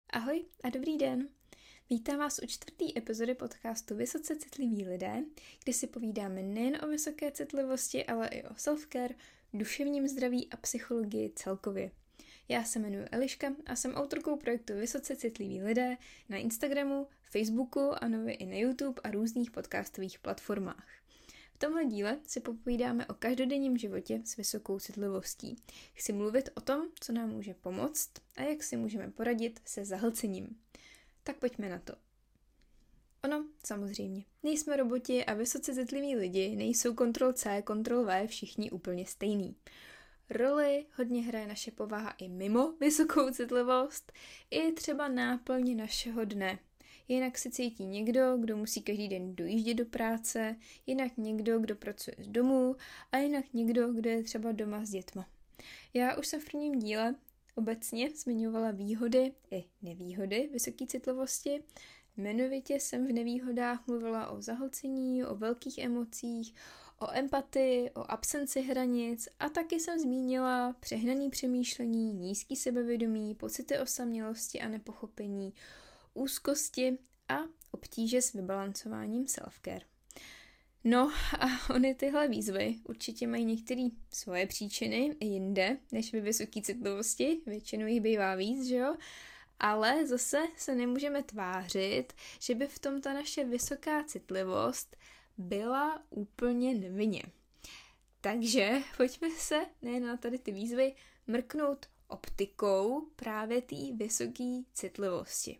Ahoj a dobrý den. Vítám vás u 4. epizody podcastu Vysoce citliví lidé, kde si povídáme nejen o vysoké citlivosti, ale i o self-care, duševním zdraví a psychologii celkově. Já se jmenuji Eliška a jsem autorkou projektu Vysoce citliví lidé na Instagramu, Facebooku a nově i na YouTube a různých podcastových platformách. V tomhle díle si popovídáme o každodenním životě s vysokou citlivostí. Chci mluvit o tom, co nám může pomoct a jak si můžeme poradit se zahlcením. Tak pojďme na to. Ono, samozřejmě, nejsme roboti a vysoce citliví lidi nejsou Ctrl+C, Ctrl+V všichni úplně stejný. Roli hodně hraje naše povaha i mimo vysokou citlivost, i třeba náplň našeho dne. Jinak se cítí někdo, kdo musí každý den dojíždět do práce, jinak někdo, kdo pracuje z domu a jinak někdo, kdo je třeba doma s dětma. Já už jsem v prvním díle obecně zmiňovala výhody i nevýhody vysoké citlivosti. Jmenovitě jsem v nevýhodách mluvila o zahlcení, o velkých emocích, o empatii, o absenci hranic a taky jsem zmínila přehnané přemýšlení, nízký sebevědomí, pocity osamělosti a nepochopení, úzkosti a obtíže s vybalancováním self-care. No a ony tyhle výzvy určitě mají některé svoje příčiny i jinde, než ve vysoké citlivosti, většinou jich bývá víc, že jo? Ale zase se nemůžeme tvářit, že by v tom ta naše vysoká citlivost byla úplně nevinně. Takže pojďme se nejen na tady ty výzvy mrknout optikou právě té vysoké citlivosti.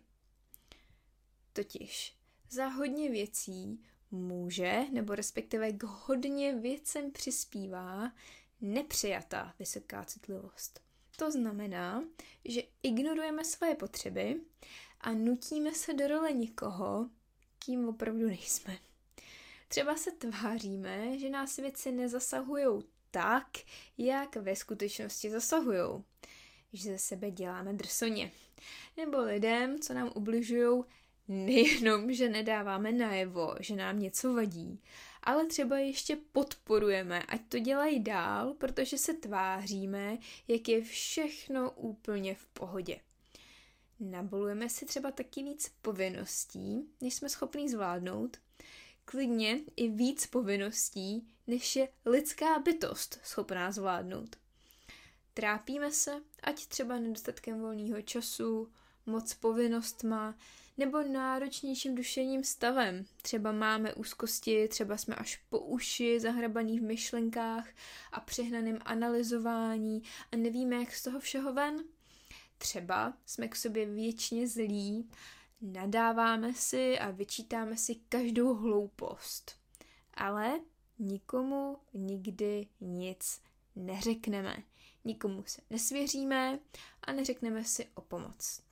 Totiž za hodně věcí může, nebo respektive k hodně věcem přispívá nepřijatá vysoká citlivost. To znamená, že ignorujeme svoje potřeby a nutíme se do role někoho, kým opravdu nejsme. Třeba se tváříme, že nás věci nezasahujou tak, jak ve skutečnosti zasahujou. Že ze sebe děláme drsoně. Nebo lidem, co nám ubližujou, nejenom, že nedáváme najevo, že nám něco vadí, ale třeba ještě podporujeme, ať to dělají dál, protože se tváříme, jak je všechno úplně v pohodě. Nabolujeme si třeba taky víc povinností, než jsme schopní zvládnout, klidně i víc povinností, než je lidská bytost schopná zvládnout. Trápíme se, ať třeba nedostatkem volného času, moc povinnostma, nebo náročnějším duševním stavem. Třeba máme úzkosti, třeba jsme až po uši zahrabaný v myšlenkách a přehnaném analyzování a nevíme, jak z toho všeho ven. Třeba jsme k sobě věčně zlí, nadáváme si a vyčítáme si každou hloupost. Ale nikomu nikdy nic neřekneme. Nikomu se nesvěříme a neřekneme si o pomoc.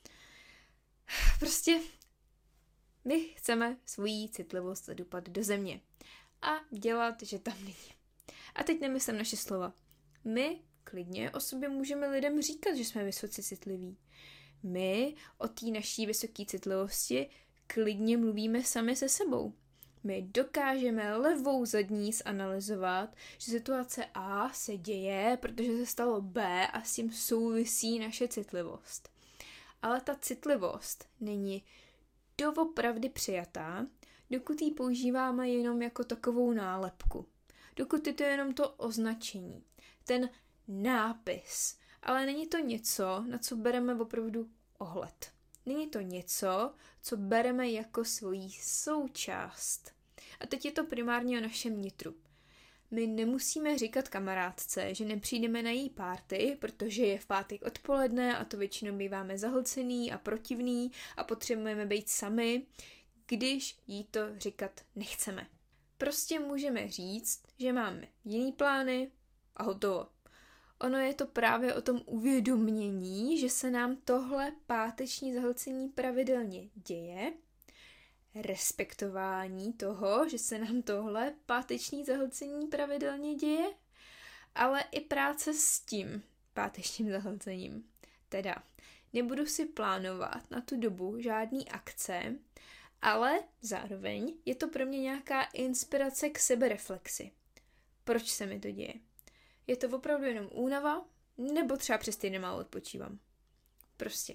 Prostě my chceme svoji citlivost zadupat do země a dělat, že tam není. A teď nemyslím naše slova. My klidně o sobě můžeme lidem říkat, že jsme vysoce citliví. My o té naší vysoké citlivosti klidně mluvíme sami se sebou. My dokážeme levou zadní zanalyzovat, že situace A se děje, protože se stalo B a s tím souvisí naše citlivost. Ale ta citlivost není doopravdy přijatá, dokud ji používáme jenom jako takovou nálepku. Dokud je to jenom to označení, ten nápis. Ale není to něco, na co bereme opravdu ohled. Není to něco, co bereme jako svoji součást. A teď je to primárně o našem nitru. My nemusíme říkat kamarádce, že nepřijdeme na její party, protože je v pátek odpoledne a to většinou býváme zahlcený a protivný a potřebujeme být sami, když jí to říkat nechceme. Prostě můžeme říct, že máme jiný plány a hotovo. Ono je to právě o tom uvědomění, že se nám tohle páteční zahlcení pravidelně děje, respektování toho, že se nám tohle páteční zahlcení pravidelně děje, ale i práce s tím pátečním zahlcením. Teda nebudu si plánovat na tu dobu žádný akce, ale zároveň je to pro mě nějaká inspirace k sebereflexi. Proč se mi to děje? Je to opravdu jenom únava, nebo třeba přes týden málo odpočívám? Prostě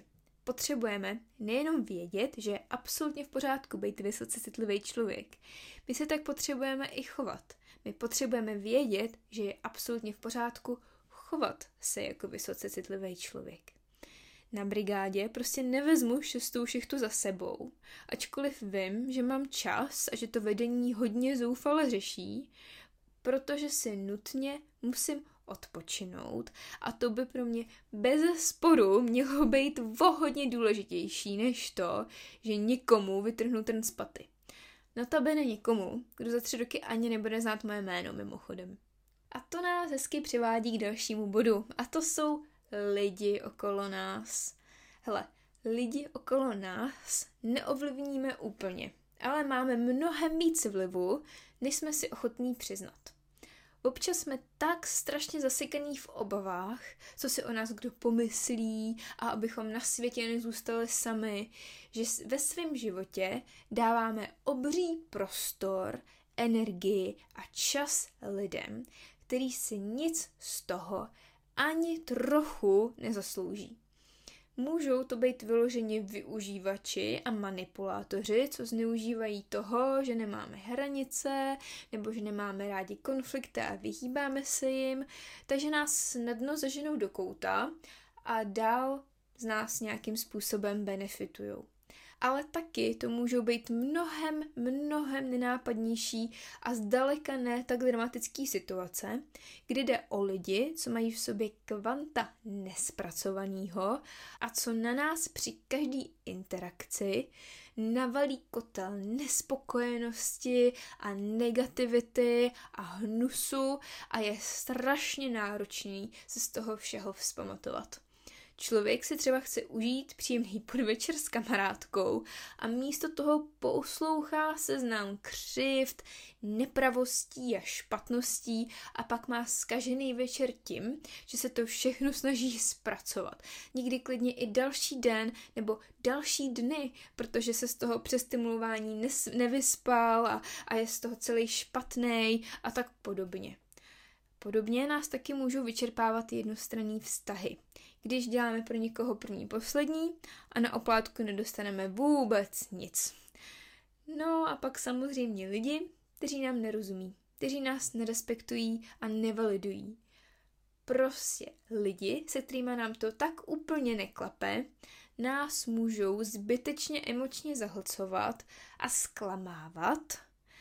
potřebujeme nejenom vědět, že je absolutně v pořádku být vysoce citlivý člověk. My se tak potřebujeme i chovat. My potřebujeme vědět, že je absolutně v pořádku chovat se jako vysoce citlivý člověk. Na brigádě prostě nevezmu 6. šichtu za sebou, ačkoliv vím, že mám čas a že to vedení hodně zoufale řeší, protože si nutně musím odpočinout a to by pro mě bezesporu mělo být hodně důležitější než to, že někomu vytrhnu trn z paty. Notabene někomu, kdo za 3 roky ani nebude znát moje jméno mimochodem. A to nás hezky přivádí k dalšímu bodu a to jsou lidi okolo nás. Hele, lidi okolo nás neovlivníme úplně, ale máme mnohem víc vlivu, než jsme si ochotní přiznat. Občas jsme tak strašně zasekaný v obavách, co si o nás kdo pomyslí a abychom na světě nezůstali sami, že ve svém životě dáváme obří prostor, energii a čas lidem, který si nic z toho ani trochu nezaslouží. Můžou to být vyloženě využívači a manipulátoři, co zneužívají toho, že nemáme hranice, nebo že nemáme rádi konflikty a vyhýbáme se jim, takže nás snadno zaženou do kouta a dál z nás nějakým způsobem benefitujou. Ale taky to můžou být mnohem nenápadnější a zdaleka ne tak dramatický situace, kdy jde o lidi, co mají v sobě kvanta nespracovaného a co na nás při každé interakci navalí kotel nespokojenosti a negativity a hnusu a je strašně náročný se z toho všeho vzpamatovat. Člověk si třeba chce užít příjemný podvečer s kamarádkou a místo toho poslouchá seznam křivd, nepravostí a špatností a pak má zkažený večer tím, že se to všechno snaží zpracovat. Někdy klidně i další den nebo další dny, protože se z toho přestimulování nevyspal a je z toho celý špatnej a tak podobně. Podobně nás taky můžou vyčerpávat jednostranný vztahy, když děláme pro někoho první poslední a na oplátku nedostaneme vůbec nic. No a pak samozřejmě lidi, kteří nám nerozumí, kteří nás nerespektují a nevalidují. Prostě lidi, se kterými nám to tak úplně neklape, nás můžou zbytečně emočně zahlcovat a zklamávat.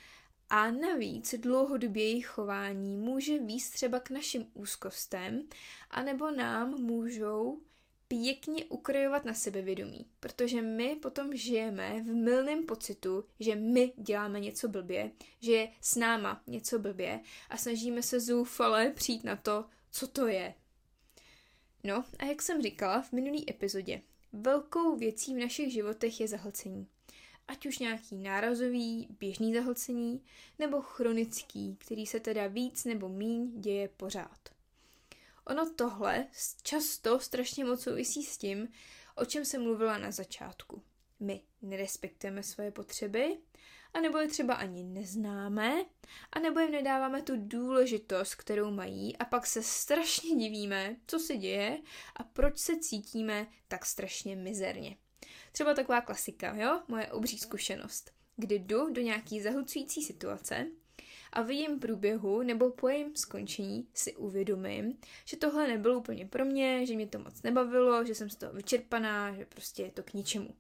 A navíc dlouhodobě jejich chování může vést třeba k našim úzkostem, anebo nám můžou pěkně ukrajovat na sebevědomí, protože my potom žijeme v mylném pocitu, že my děláme něco blbě, že je s náma něco blbě a snažíme se zoufale přijít na to, co to je. No a jak jsem říkala v minulý epizodě, velkou věcí v našich životech je zahlcení. Ať už nějaký nárazový, běžný zahlcení, nebo chronický, který se teda víc nebo míň děje pořád. Ono tohle často strašně moc souvisí s tím, o čem jsem mluvila na začátku. My nerespektujeme svoje potřeby, anebo je třeba ani neznáme, anebo jim nedáváme tu důležitost, kterou mají a pak se strašně divíme, co se děje a proč se cítíme tak strašně mizerně. Třeba taková klasika, jo? Moje obří zkušenost, kdy jdu do nějaký zahlcující situace a v jejím průběhu nebo po jejím skončení si uvědomím, že tohle nebylo úplně pro mě, že mě to moc nebavilo, že jsem z toho vyčerpaná, že prostě je to k ničemu.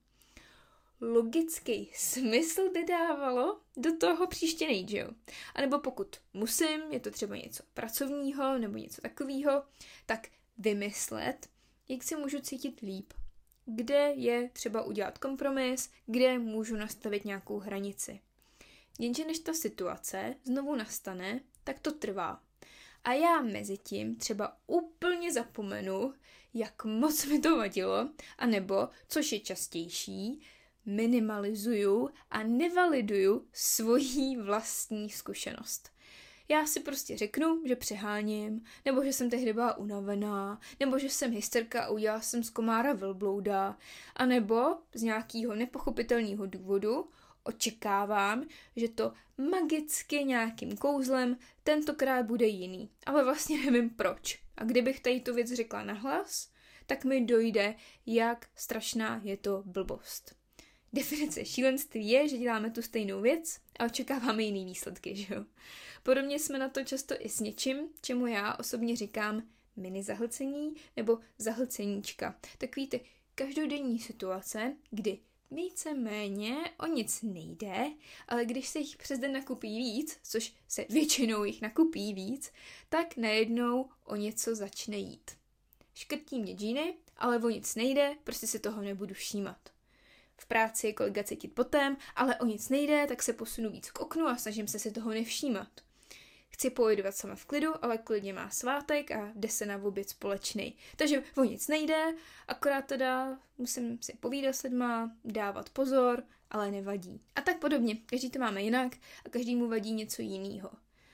Logický smysl by dávalo do toho příště nejít, že jo? A nebo pokud musím, je to třeba něco pracovního nebo něco takového, tak vymyslet, jak se můžu cítit líp. Kde je třeba udělat kompromis, kde můžu nastavit nějakou hranici. Jenže než ta situace znovu nastane, tak to trvá. A já mezi tím třeba úplně zapomenu, jak moc mi to vadilo, anebo, což je častější, minimalizuju a nevaliduju svoji vlastní zkušenost. Já si prostě řeknu, že přeháním, nebo že jsem tehdy byla unavená, nebo že jsem hysterka a udělala jsem z komára velblouda, anebo z nějakého nepochopitelného důvodu očekávám, že to magicky nějakým kouzlem tentokrát bude jiný, ale vlastně nevím proč. A kdybych tady tu věc řekla nahlas, tak mi dojde, jak strašná je to blbost. Definice šílenství je, že děláme tu stejnou věc a očekáváme jiný výsledky, že jo? Podobně jsme na to často i s něčím, čemu já osobně říkám mini zahlcení nebo zahlceníčka. Takový ty každodenní situace, kdy víceméně o nic nejde, ale když se jich přes den nakupí víc, což se většinou jich nakupí víc, tak najednou o něco začne jít. Škrtí mě džíny, ale o nic nejde, prostě si toho nebudu všímat. V práci je kolega cítit potem, ale o nic nejde, tak se posunu víc k oknu a snažím se si toho nevšímat. Chci pojedovat sama v klidu, ale klidně má svátek a jde se na oběd společný. Takže o nic nejde, akorát teda musím si povídat s lidma, dávat pozor, ale nevadí. A tak podobně, každý to máme jinak a každému vadí něco jiného.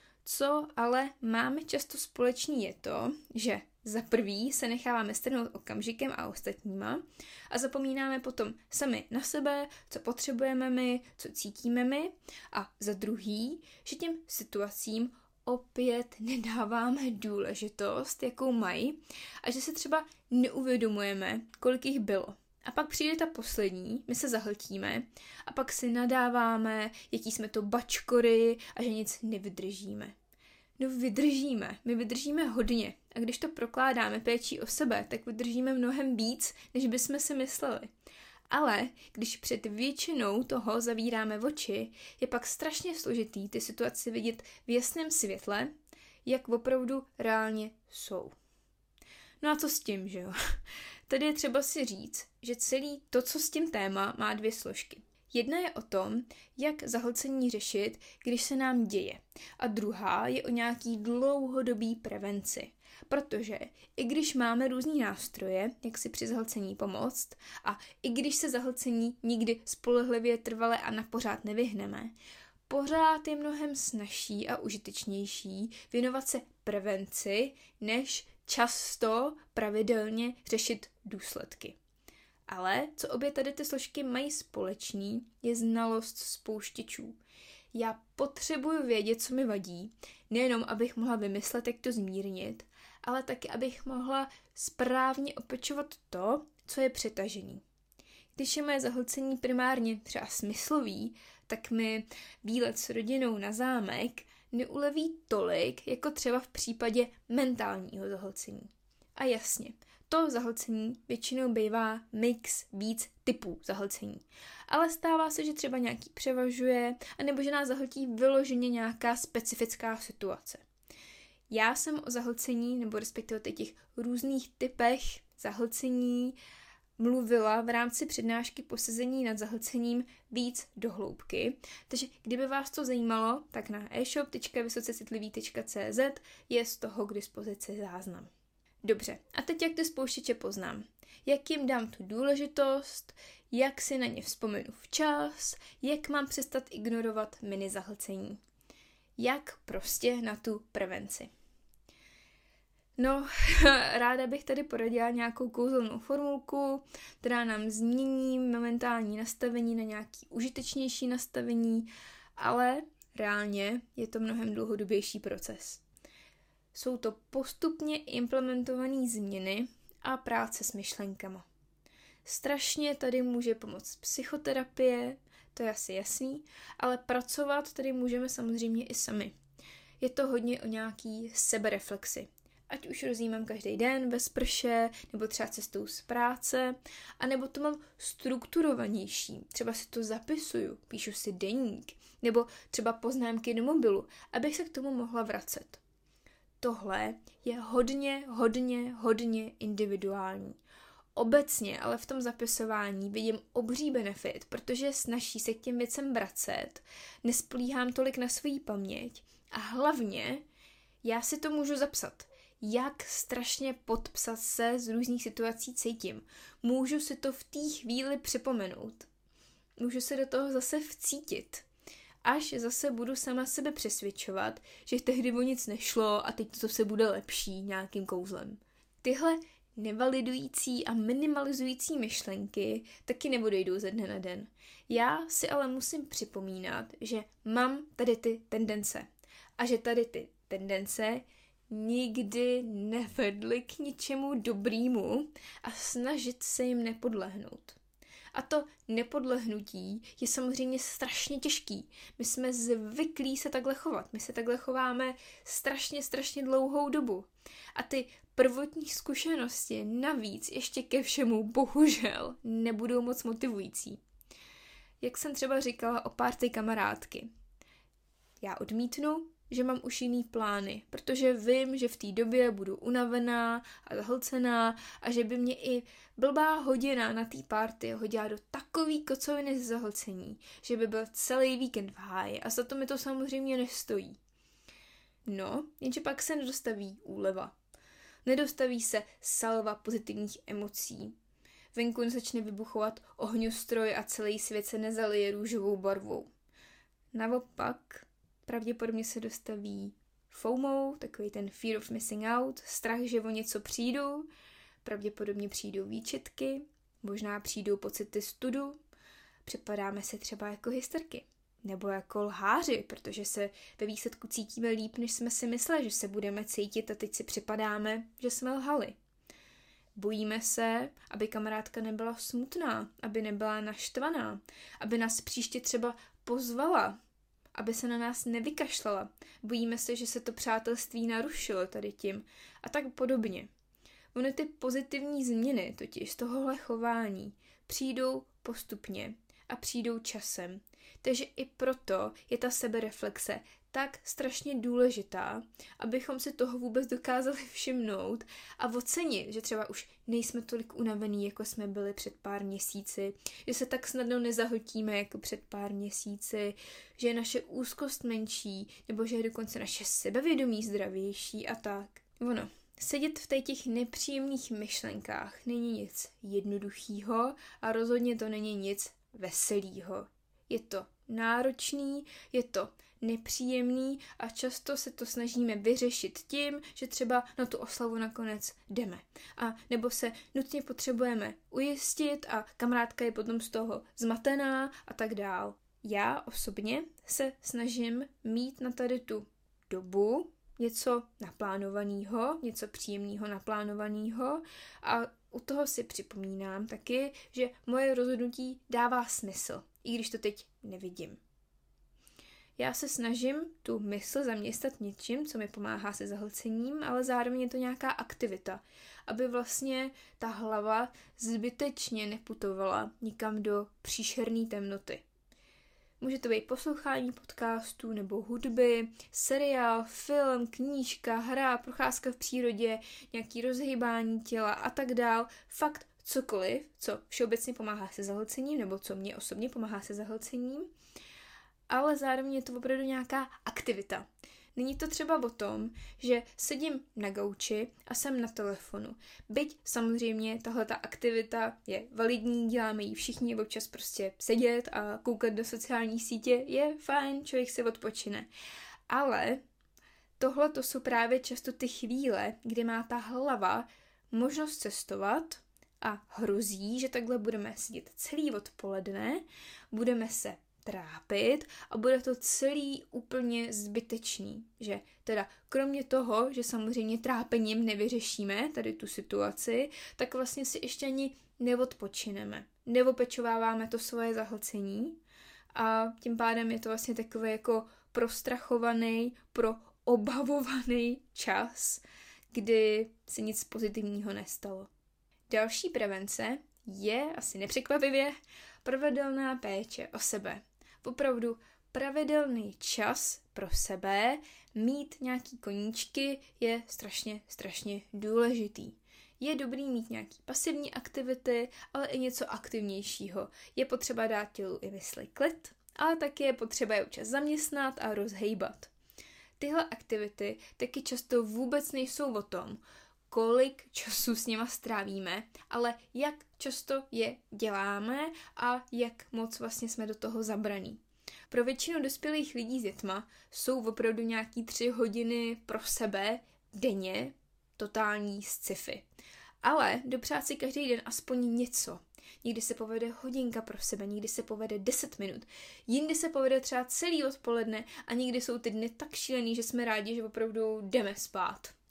Co ale máme často společný je to, že za prvý se necháváme strhnout okamžikem a ostatníma a zapomínáme potom sami na sebe, co potřebujeme my, co cítíme my a za druhý, že těm situacím opět nedáváme důležitost, jakou mají a že se třeba neuvědomujeme, kolik jich bylo. A pak přijde ta poslední, my se zahltíme a pak si nadáváme, jaký jsme to bačkory a že nic nevydržíme. No vydržíme, my vydržíme hodně a když to prokládáme péčí o sebe, tak vydržíme mnohem víc, než bychom si mysleli. Ale když před většinou toho zavíráme oči, je pak strašně složitý ty situace vidět v jasném světle, jak opravdu reálně jsou. No a co s tím, že jo? Tady je třeba si říct, že celý to, co s tím téma, má dvě složky. Jedna je o tom, jak zahlcení řešit, když se nám děje. A druhá je o nějaký dlouhodobý prevenci. Protože i když máme různý nástroje, jak si při zahlcení pomoct, a i když se zahlcení nikdy spolehlivě, trvale a napořád nevyhneme, pořád je mnohem snazší a užitečnější věnovat se prevenci, než často pravidelně řešit důsledky. Ale co obě tady ty složky mají společný, je znalost spouštěčů. Já potřebuju vědět, co mi vadí, nejenom abych mohla vymyslet, jak to zmírnit, ale taky abych mohla správně opečovat to, co je přetažený. Když je moje zahlcení primárně třeba smyslový, tak mi výlet s rodinou na zámek neuleví tolik, jako třeba v případě mentálního zahlcení. A jasně, to zahlcení většinou bývá mix víc typů zahlcení. Ale stává se, že třeba nějaký převažuje, anebo že nás zahltí vyloženě nějaká specifická situace. Já jsem o zahlcení, nebo respektive těch různých typech zahlcení mluvila v rámci přednášky Posezení nad zahlcením víc do hloubky. Takže kdyby vás to zajímalo, tak na e-shop.vysocecitlivý.cz je z toho k dispozici záznam. Dobře, a teď jak ty spouštěče poznám? Jak jim dám tu důležitost, jak si na ně vzpomenu včas, jak mám přestat ignorovat mini zahlcení. Jak prostě na tu prevenci. No, ráda bych tady poradila nějakou kouzelnou formulku, která nám změní momentální nastavení na nějaký užitečnější nastavení, ale reálně je to mnohem dlouhodobější proces. Jsou to postupně implementované změny a práce s myšlenkama. Strašně tady může pomoct psychoterapie, to je asi jasný, ale pracovat tady můžeme samozřejmě i sami. Je to hodně o nějaký sebereflexi. Ať už rozjímám každý den ve sprše, nebo třeba cestou z práce, anebo to mám strukturovanější. Třeba si to zapisuju, píšu si deník, nebo třeba poznámky do mobilu, abych se k tomu mohla vracet. Tohle je hodně individuální. Obecně, ale v tom zapisování vidím obří benefit, protože je snazší se k těm věcem vracet, nespolíhám tolik na svou paměť a hlavně já si to můžu zapsat. Jak strašně podpsat se z různých situací cítím. Můžu si to v té chvíli připomenout. Můžu se do toho zase vcítit. Až zase budu sama sebe přesvědčovat, že tehdy o nic nešlo a teď to se bude lepší nějakým kouzlem. Tyhle nevalidující a minimalizující myšlenky taky neodejdou ze dne na den. Já si ale musím připomínat, že mám tady ty tendence. A že tady ty tendence nikdy nevedly k ničemu dobrému a snažit se jim nepodlehnout. A to nepodlehnutí je samozřejmě strašně těžký. My jsme zvyklí se takhle chovat. My se takhle chováme strašně dlouhou dobu. A ty prvotní zkušenosti navíc ještě ke všemu bohužel nebudou moc motivující. Jak jsem třeba říkala o party kamarádky. Já odmítnu, že mám už jiný plány, protože vím, že v té době budu unavená a zahlcená a že by mě i blbá hodina na té party hodila do takový kocoviny z zahlcení, že by byl celý víkend v háji a za to mi to samozřejmě nestojí. No, jenže pak se nedostaví úleva. Nedostaví se salva pozitivních emocí. Venku začne vybuchovat ohňostroj a celý svět se nezalije růžovou barvou. Naopak pravděpodobně se dostaví FOMO, takový ten fear of missing out, strach, že o něco přijdu, pravděpodobně přijdou výčitky, možná přijdou pocity studu, připadáme se třeba jako hysterky, nebo jako lháři, protože se ve výsledku cítíme líp, než jsme si mysleli, že se budeme cítit a teď si připadáme, že jsme lhali. Bojíme se, aby kamarádka nebyla smutná, aby nebyla naštvaná, aby nás příště třeba pozvala, aby se na nás nevykašlala. Bojíme se, že se to přátelství narušilo tady tím a tak podobně. Ony ty pozitivní změny totiž z tohohle chování přijdou postupně a přijdou časem. Takže i proto je ta sebereflexe tak strašně důležitá, abychom si toho vůbec dokázali všimnout a ocenit, že třeba už nejsme tolik unavení, jako jsme byli před pár měsíci, že se tak snadno nezahltíme jako před pár měsíci, že je naše úzkost menší, nebo že je dokonce naše sebevědomí zdravější a tak. Ono, sedět v těch nepříjemných myšlenkách není nic jednoduchýho a rozhodně to není nic veselýho. Je to náročný, je to nepříjemný a často se to snažíme vyřešit tím, že třeba na tu oslavu nakonec jdeme. A nebo se nutně potřebujeme ujistit a kamarádka je potom z toho zmatená a tak dál. Já osobně se snažím mít na tady tu dobu něco naplánovaného, něco příjemného naplánovaného a u toho si připomínám taky, že moje rozhodnutí dává smysl, i když to teď nevidím. Já se snažím tu mysl zaměstnat něčím, co mi pomáhá se zahlcením, ale zároveň je to nějaká aktivita, aby vlastně ta hlava zbytečně neputovala nikam do příšerné temnoty. Může to být poslouchání podcastů nebo hudby, seriál, film, knížka, hra, procházka v přírodě, nějaký rozhýbání těla a tak dál. Fakt cokoliv, co všeobecně pomáhá se zahlcením nebo co mě osobně pomáhá se zahlcením, ale zároveň je to opravdu nějaká aktivita. Není to třeba o tom, že sedím na gauči a jsem na telefonu. Byť samozřejmě tahleta aktivita je validní, děláme ji všichni, občas prostě sedět a koukat do sociální sítě je fajn, člověk si odpočine. Ale tohle to jsou právě často ty chvíle, kdy má ta hlava možnost cestovat a hrozí, že takhle budeme sedět celý odpoledne, budeme se trápit a bude to celý úplně zbytečný, že teda kromě toho, že samozřejmě trápením nevyřešíme tady tu situaci, tak vlastně si ještě ani neodpočineme. Neopečováváme to svoje zahlcení a tím pádem je to vlastně takový jako prostrachovaný, proobavovaný čas, kdy se nic pozitivního nestalo. Další prevence je, asi nepřekvapivě, pravidelná péče o sebe. Opravdu pravidelný čas pro sebe, mít nějaký koníčky je strašně důležitý. Je dobrý mít nějaký pasivní aktivity, ale i něco aktivnějšího. Je potřeba dát tělu i mysli klid, ale taky je potřeba je občas zaměstnat a rozhejbat. Tyhle aktivity taky často vůbec nejsou o tom, kolik času s něma strávíme, ale jak často je děláme a jak moc vlastně jsme do toho zabraní. Pro většinu dospělých lidí s dětma jsou opravdu nějaký 3 hodiny pro sebe denně totální sci-fi. Ale dopřát si každý den aspoň něco. Někdy se povede hodinka pro sebe, někdy se povede 10 minut, jindy se povede třeba celý odpoledne a někdy jsou ty dny tak šílený, že jsme rádi, že opravdu jdeme spát.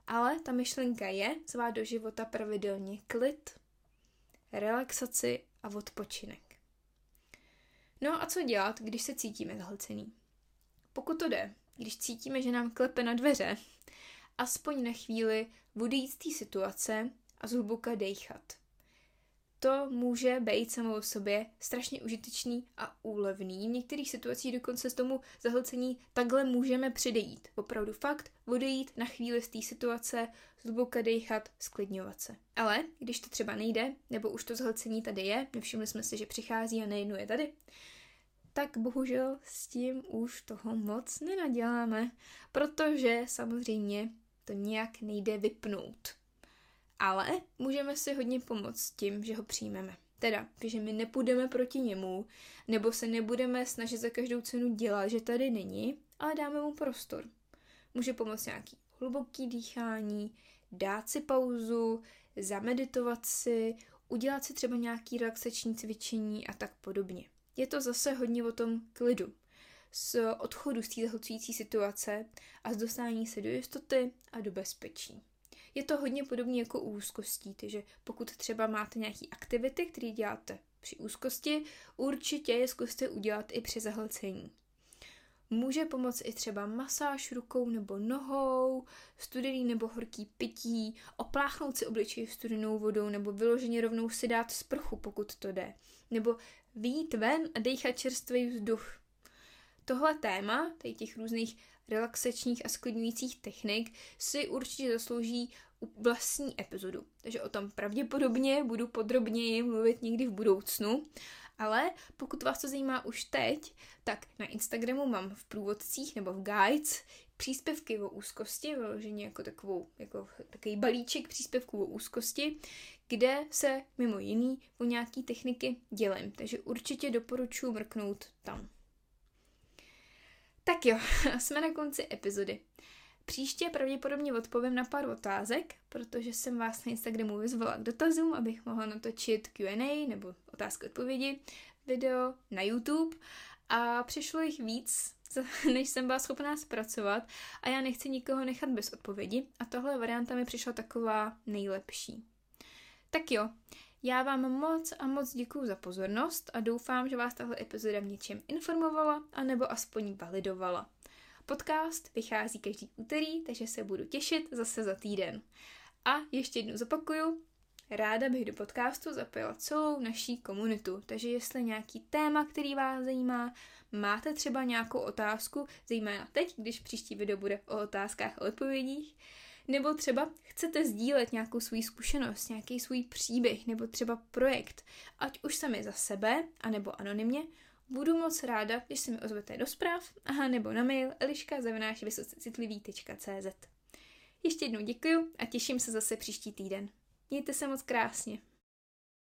Ale ta myšlenka je zvát do života pravidelně klid, relaxaci a odpočinek. No a co dělat, když se cítíme zahlcený? Pokud to jde, když cítíme, že nám klepe na dveře, aspoň na chvíli odejít z té situace a zhluboka dejchat. To může být samo o sobě strašně užitečný a úlevný. V některých situacích dokonce z tomu zahlcení takhle můžeme předejít. Opravdu fakt odejít na chvíli z té situace, zhluboka dejchat, sklidňovat se. Ale když to třeba nejde, nebo už to zahlcení tady je, nevšimli jsme si, že přichází a nejednou je tady, tak bohužel s tím už toho moc nenaděláme, protože samozřejmě to nějak nejde vypnout. Ale můžeme si hodně pomoct tím, že ho přijmeme. Teda, že my nepůjdeme proti němu, nebo se nebudeme snažit za každou cenu dělat, že tady není, ale dáme mu prostor. Může pomoct nějaký hluboký dýchání, dát si pauzu, zameditovat si, udělat si třeba nějaký relaxační cvičení a tak podobně. Je to zase hodně o tom klidu, z odchodu z té zahlcující situace a z dostání se do jistoty a do bezpečí. Je to hodně podobné jako u úzkostí, takže pokud třeba máte nějaké aktivity, které děláte při úzkosti, určitě je zkuste udělat i při zahlcení. Může pomoct i třeba masáž rukou nebo nohou, studený nebo horký pití, opláchnout si obličej studenou vodou nebo vyloženě rovnou si dát sprchu, pokud to jde. Nebo vyjít ven a dejchat čerstvý vzduch. Tohle téma, tady těch různých relaxačních a sklidňujících technik, si určitě zaslouží vlastní epizodu. Takže o tom pravděpodobně budu podrobněji mluvit někdy v budoucnu. Ale pokud vás to zajímá už teď, tak na Instagramu mám v průvodcích nebo v guides příspěvky o úzkosti, vyloženě jako takový balíček příspěvků o úzkosti, kde se mimo jiný o nějaký techniky dělím. Takže určitě doporučuji mrknout tam. Tak jo, jsme na konci epizody. Příště pravděpodobně odpovím na pár otázek, protože jsem vás na Instagramu vyzvala k dotazům, abych mohla natočit Q&A nebo otázky-odpovědi, video na YouTube a přišlo jich víc, než jsem byla schopná zpracovat a já nechci nikoho nechat bez odpovědi a tohle varianta mi přišla taková nejlepší. Tak jo, já vám moc děkuju za pozornost a doufám, že vás tahle epizoda v něčem informovala anebo aspoň validovala. Podcast vychází každý úterý, takže se budu těšit zase za týden. A ještě jednou zopakuju, ráda bych do podcastu zapojila celou naší komunitu, takže jestli nějaký téma, který vás zajímá, máte třeba nějakou otázku, zejména teď, když příští video bude o otázkách a odpovědích, nebo třeba chcete sdílet nějakou svou zkušenost, nějaký svůj příběh, nebo třeba projekt, ať už sami za sebe, anebo anonymně, budu moc ráda, když se mi ozvete do zpráv, nebo na mail eliška@vysocecitlivý.cz. Ještě jednou děkuju a těším se zase příští týden. Mějte se moc krásně.